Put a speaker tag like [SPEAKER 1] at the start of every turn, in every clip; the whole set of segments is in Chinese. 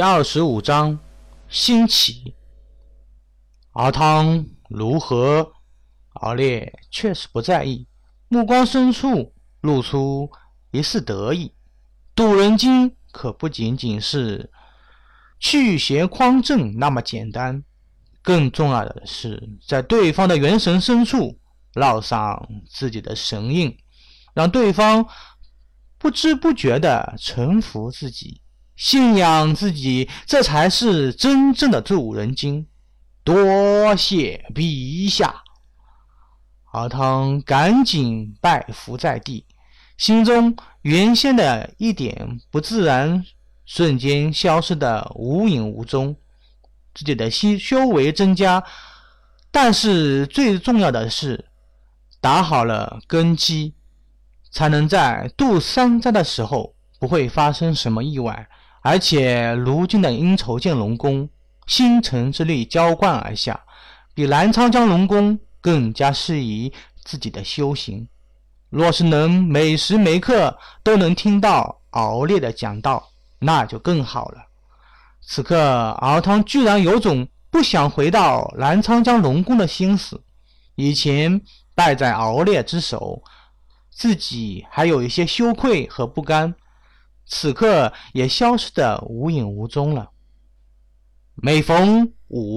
[SPEAKER 1] 25章兴起。熬汤如何？敖烈确实不在意，目光深处露出一丝得意。渡人经可不仅仅是去邪匡正那么简单，更重要的是在对方的元神深处烙上自己的神印，让对方不知不觉地臣服自己，信仰自己，这才是真正的渡人经。多谢陛下。敖汤赶紧拜伏在地，心中原先的一点不自然瞬间消失得无影无踪。自己的修为增加，但是最重要的是打好了根基，才能在渡三灾的时候不会发生什么意外。而且如今的阴筹剑龙宫星辰之力浇灌而下，比澜沧江龙宫更加适宜自己的修行。若是能每时每刻都能听到敖烈的讲道，那就更好了。此刻敖汤居然有种不想回到澜沧江龙宫的心思。以前败在敖烈之手，自己还有一些羞愧和不甘，此刻也消失得无影无踪了。每逢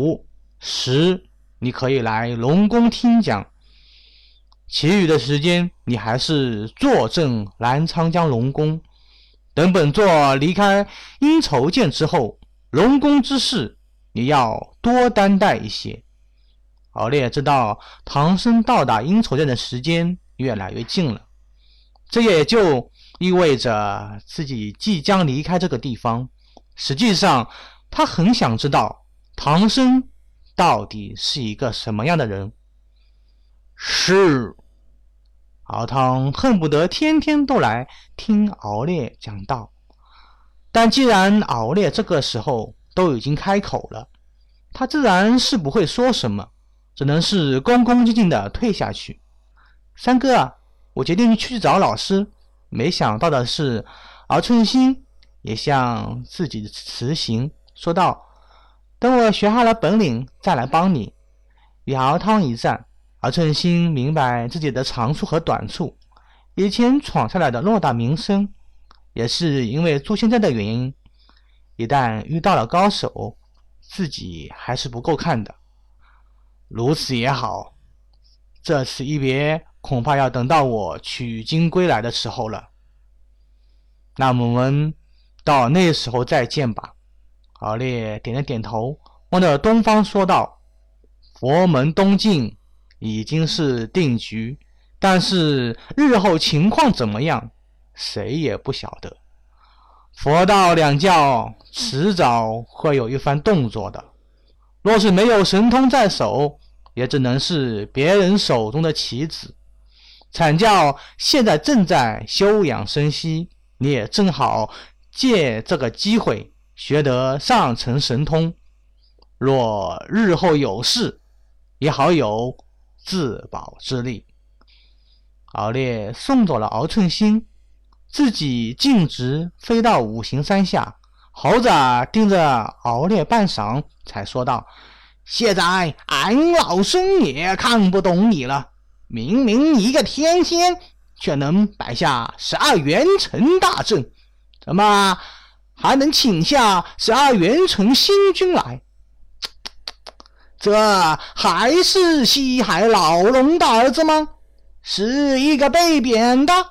[SPEAKER 1] 5、10，你可以来龙宫听讲，其余的时间你还是坐镇澜沧江龙宫。等本座离开阴筹剑之后，龙宫之事你要多担待一些。敖烈知道唐僧到达阴筹剑的时间越来越近了，这也就意味着自己即将离开这个地方。实际上他很想知道唐僧到底是一个什么样的人。是。敖汤恨不得天天都来听敖烈讲道，但既然敖烈这个时候都已经开口了，他自然是不会说什么，只能是恭恭敬敬地退下去。三哥啊，我决定去找老师。没想到的是，敖春心也向自己辞行，说道：等我学好了本领再来帮你。与敖汤一战，敖春心明白自己的长处和短处，以前闯下来的偌大名声也是因为做现在的原因，一旦遇到了高手，自己还是不够看的。如此也好，这次一别恐怕要等到我取经归来的时候了。那我们到那时候再见吧。敖烈点了点头，望着东方说道：佛门东进已经是定局，但是日后情况怎么样，谁也不晓得。佛道两教迟早会有一番动作的，若是没有神通在手，也只能是别人手中的棋子。阐教现在正在休养生息，你也正好借这个机会学得上乘神通，若日后有事，也好有自保之力。敖烈送走了敖春心，自己径直飞到五行山下。猴子盯着敖烈半晌，才说道：现在俺老孙也看不懂你了，明明一个天仙，却能摆下12元辰大阵，怎么还能请下12元辰星君来？这还是西海老龙的儿子吗？是一个被贬的。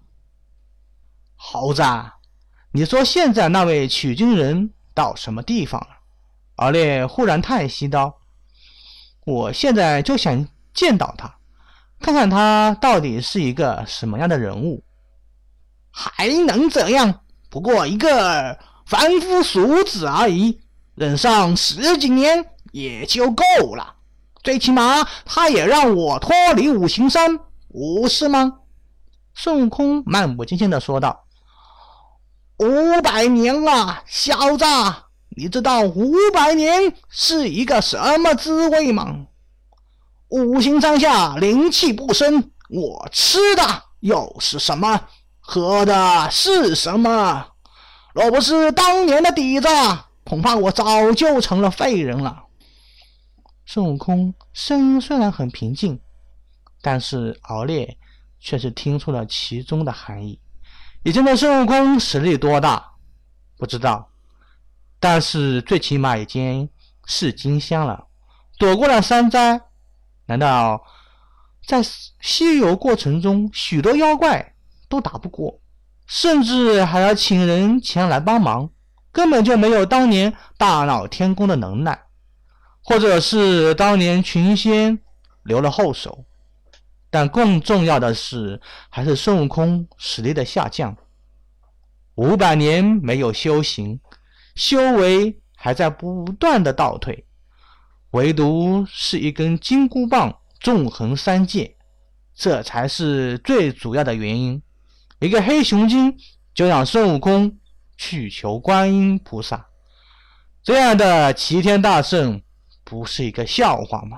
[SPEAKER 1] 猴子，你说现在那位取经人到什么地方了？敖烈忽然叹息道：我现在就想见到他，看看他到底是一个什么样的人物。还能怎样？不过一个凡夫俗子而已，忍上10几年也就够了，最起码他也让我脱离五行山，不是吗？孙悟空漫不经心地说道。500年啊，小子，你知道500年是一个什么滋味吗？五行山下灵气不深，我吃的又是什么？喝的是什么？若不是当年的底子， 恐怕我早就成了废人了。孙悟空声音虽然很平静，但是敖烈却是听出了其中的含义。以前的孙悟空实力多大不知道，但是最起码已经是金香了，躲过了三灾。难道在西游过程中许多妖怪都打不过，甚至还要请人前来帮忙，根本就没有当年大闹天宫的能耐？或者是当年群仙留了后手？但更重要的是，还是孙悟空实力的下降。500年没有修行，修为还在不断的倒退，唯独是一根金箍棒纵横三界，这才是最主要的原因。一个黑熊精就让孙悟空去求观音菩萨，这样的齐天大圣不是一个笑话吗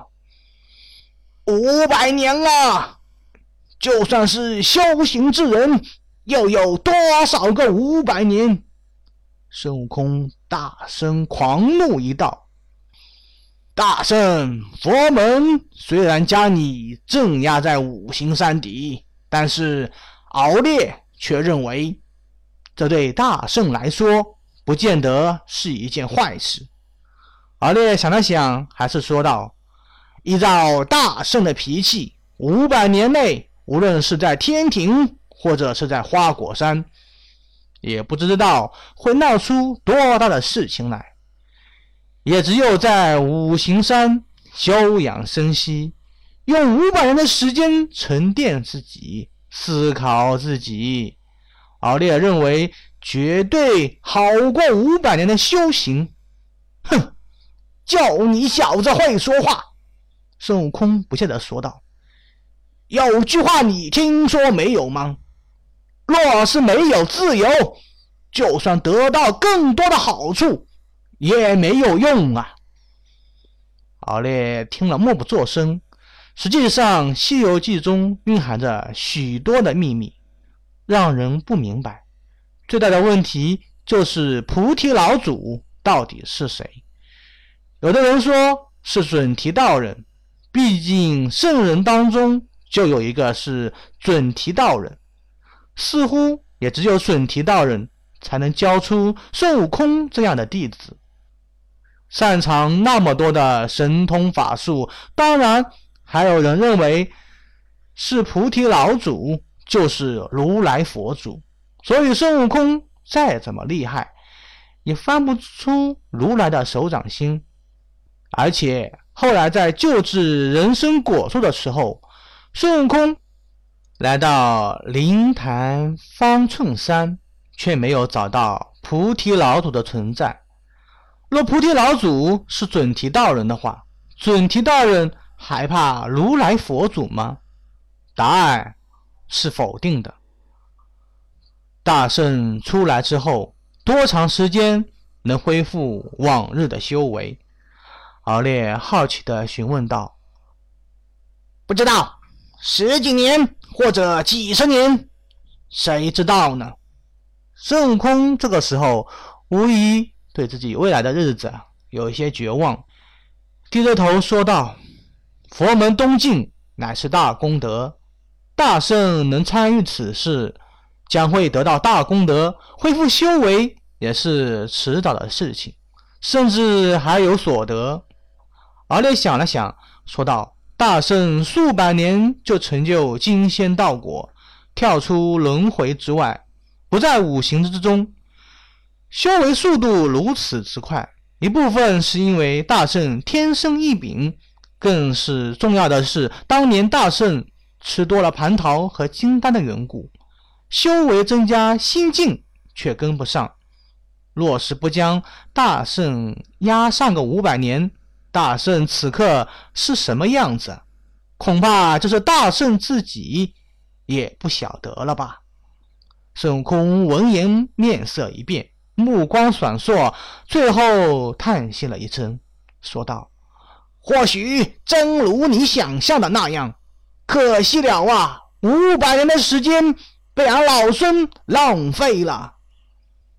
[SPEAKER 1] ？500年了，就算是修行之人，又有多少个500年？孙悟空大声狂怒一道：大圣，佛门虽然将你镇压在五行山底，但是敖烈却认为这对大圣来说不见得是一件坏事。敖烈想了想，还是说道：依照大圣的脾气，500年内无论是在天庭或者是在花果山，也不知道会闹出多大的事情来。也只有在五行山休养生息，用500年的时间沉淀自己，思考自己，敖烈认为绝对好过500年的修行。哼，就你小子会说话！孙悟空不屑地说道：有句话你听说没有吗？若是没有自由，就算得到更多的好处也没有用啊！敖烈听了默不作声。实际上，《西游记》中蕴含着许多的秘密，让人不明白。最大的问题就是菩提老祖到底是谁？有的人说是准提道人，毕竟圣人当中就有一个是准提道人，似乎也只有准提道人才能教出孙悟空这样的弟子，擅长那么多的神通法术。当然还有人认为是菩提老祖就是如来佛祖，所以孙悟空再怎么厉害也翻不出如来的手掌心。而且后来在救治人参果树的时候，孙悟空来到灵潭方寸山，却没有找到菩提老祖的存在。若菩提老祖是准提道人的话，准提道人还怕如来佛祖吗？答案是否定的。大圣出来之后，多长时间能恢复往日的修为？敖烈好奇地询问道。不知道，10几年或者几十年，谁知道呢？孙悟空这个时候无疑对自己未来的日子有一些绝望，低着头说道：佛门东进乃是大功德，大圣能参与此事，将会得到大功德，恢复修为也是迟早的事情，甚至还有所得。敖烈想了想说道：大圣数百年就成就金仙道果，跳出轮回之外，不在五行之中，修为速度如此之快，一部分是因为大圣天生异禀，更是重要的是当年大圣吃多了蟠桃和金丹的缘故，修为增加，心境却跟不上。若是不将大圣压上个500年，大圣此刻是什么样子，恐怕就是大圣自己也不晓得了吧。孙悟空闻言面色一变，目光闪烁，最后叹息了一声，说道：或许真如你想象的那样，可惜了啊，500年的时间被俺老孙浪费了。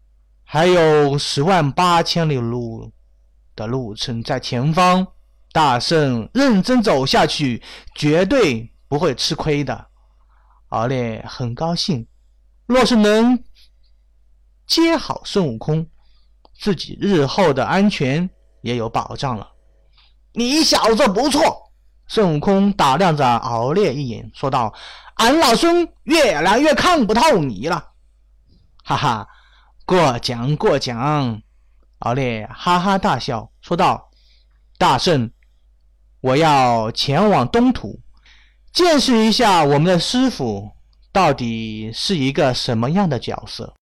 [SPEAKER 1] 还有108000里的路程在前方，大圣认真走下去，绝对不会吃亏的。敖烈很高兴，若是能接好孙悟空，自己日后的安全也有保障了。你小子不错，孙悟空打量着敖烈一眼，说道：俺老孙越来越看不透你了。哈哈，过奖过奖。敖烈哈哈大笑，说道：大圣，我要前往东土，见识一下我们的师傅到底是一个什么样的角色。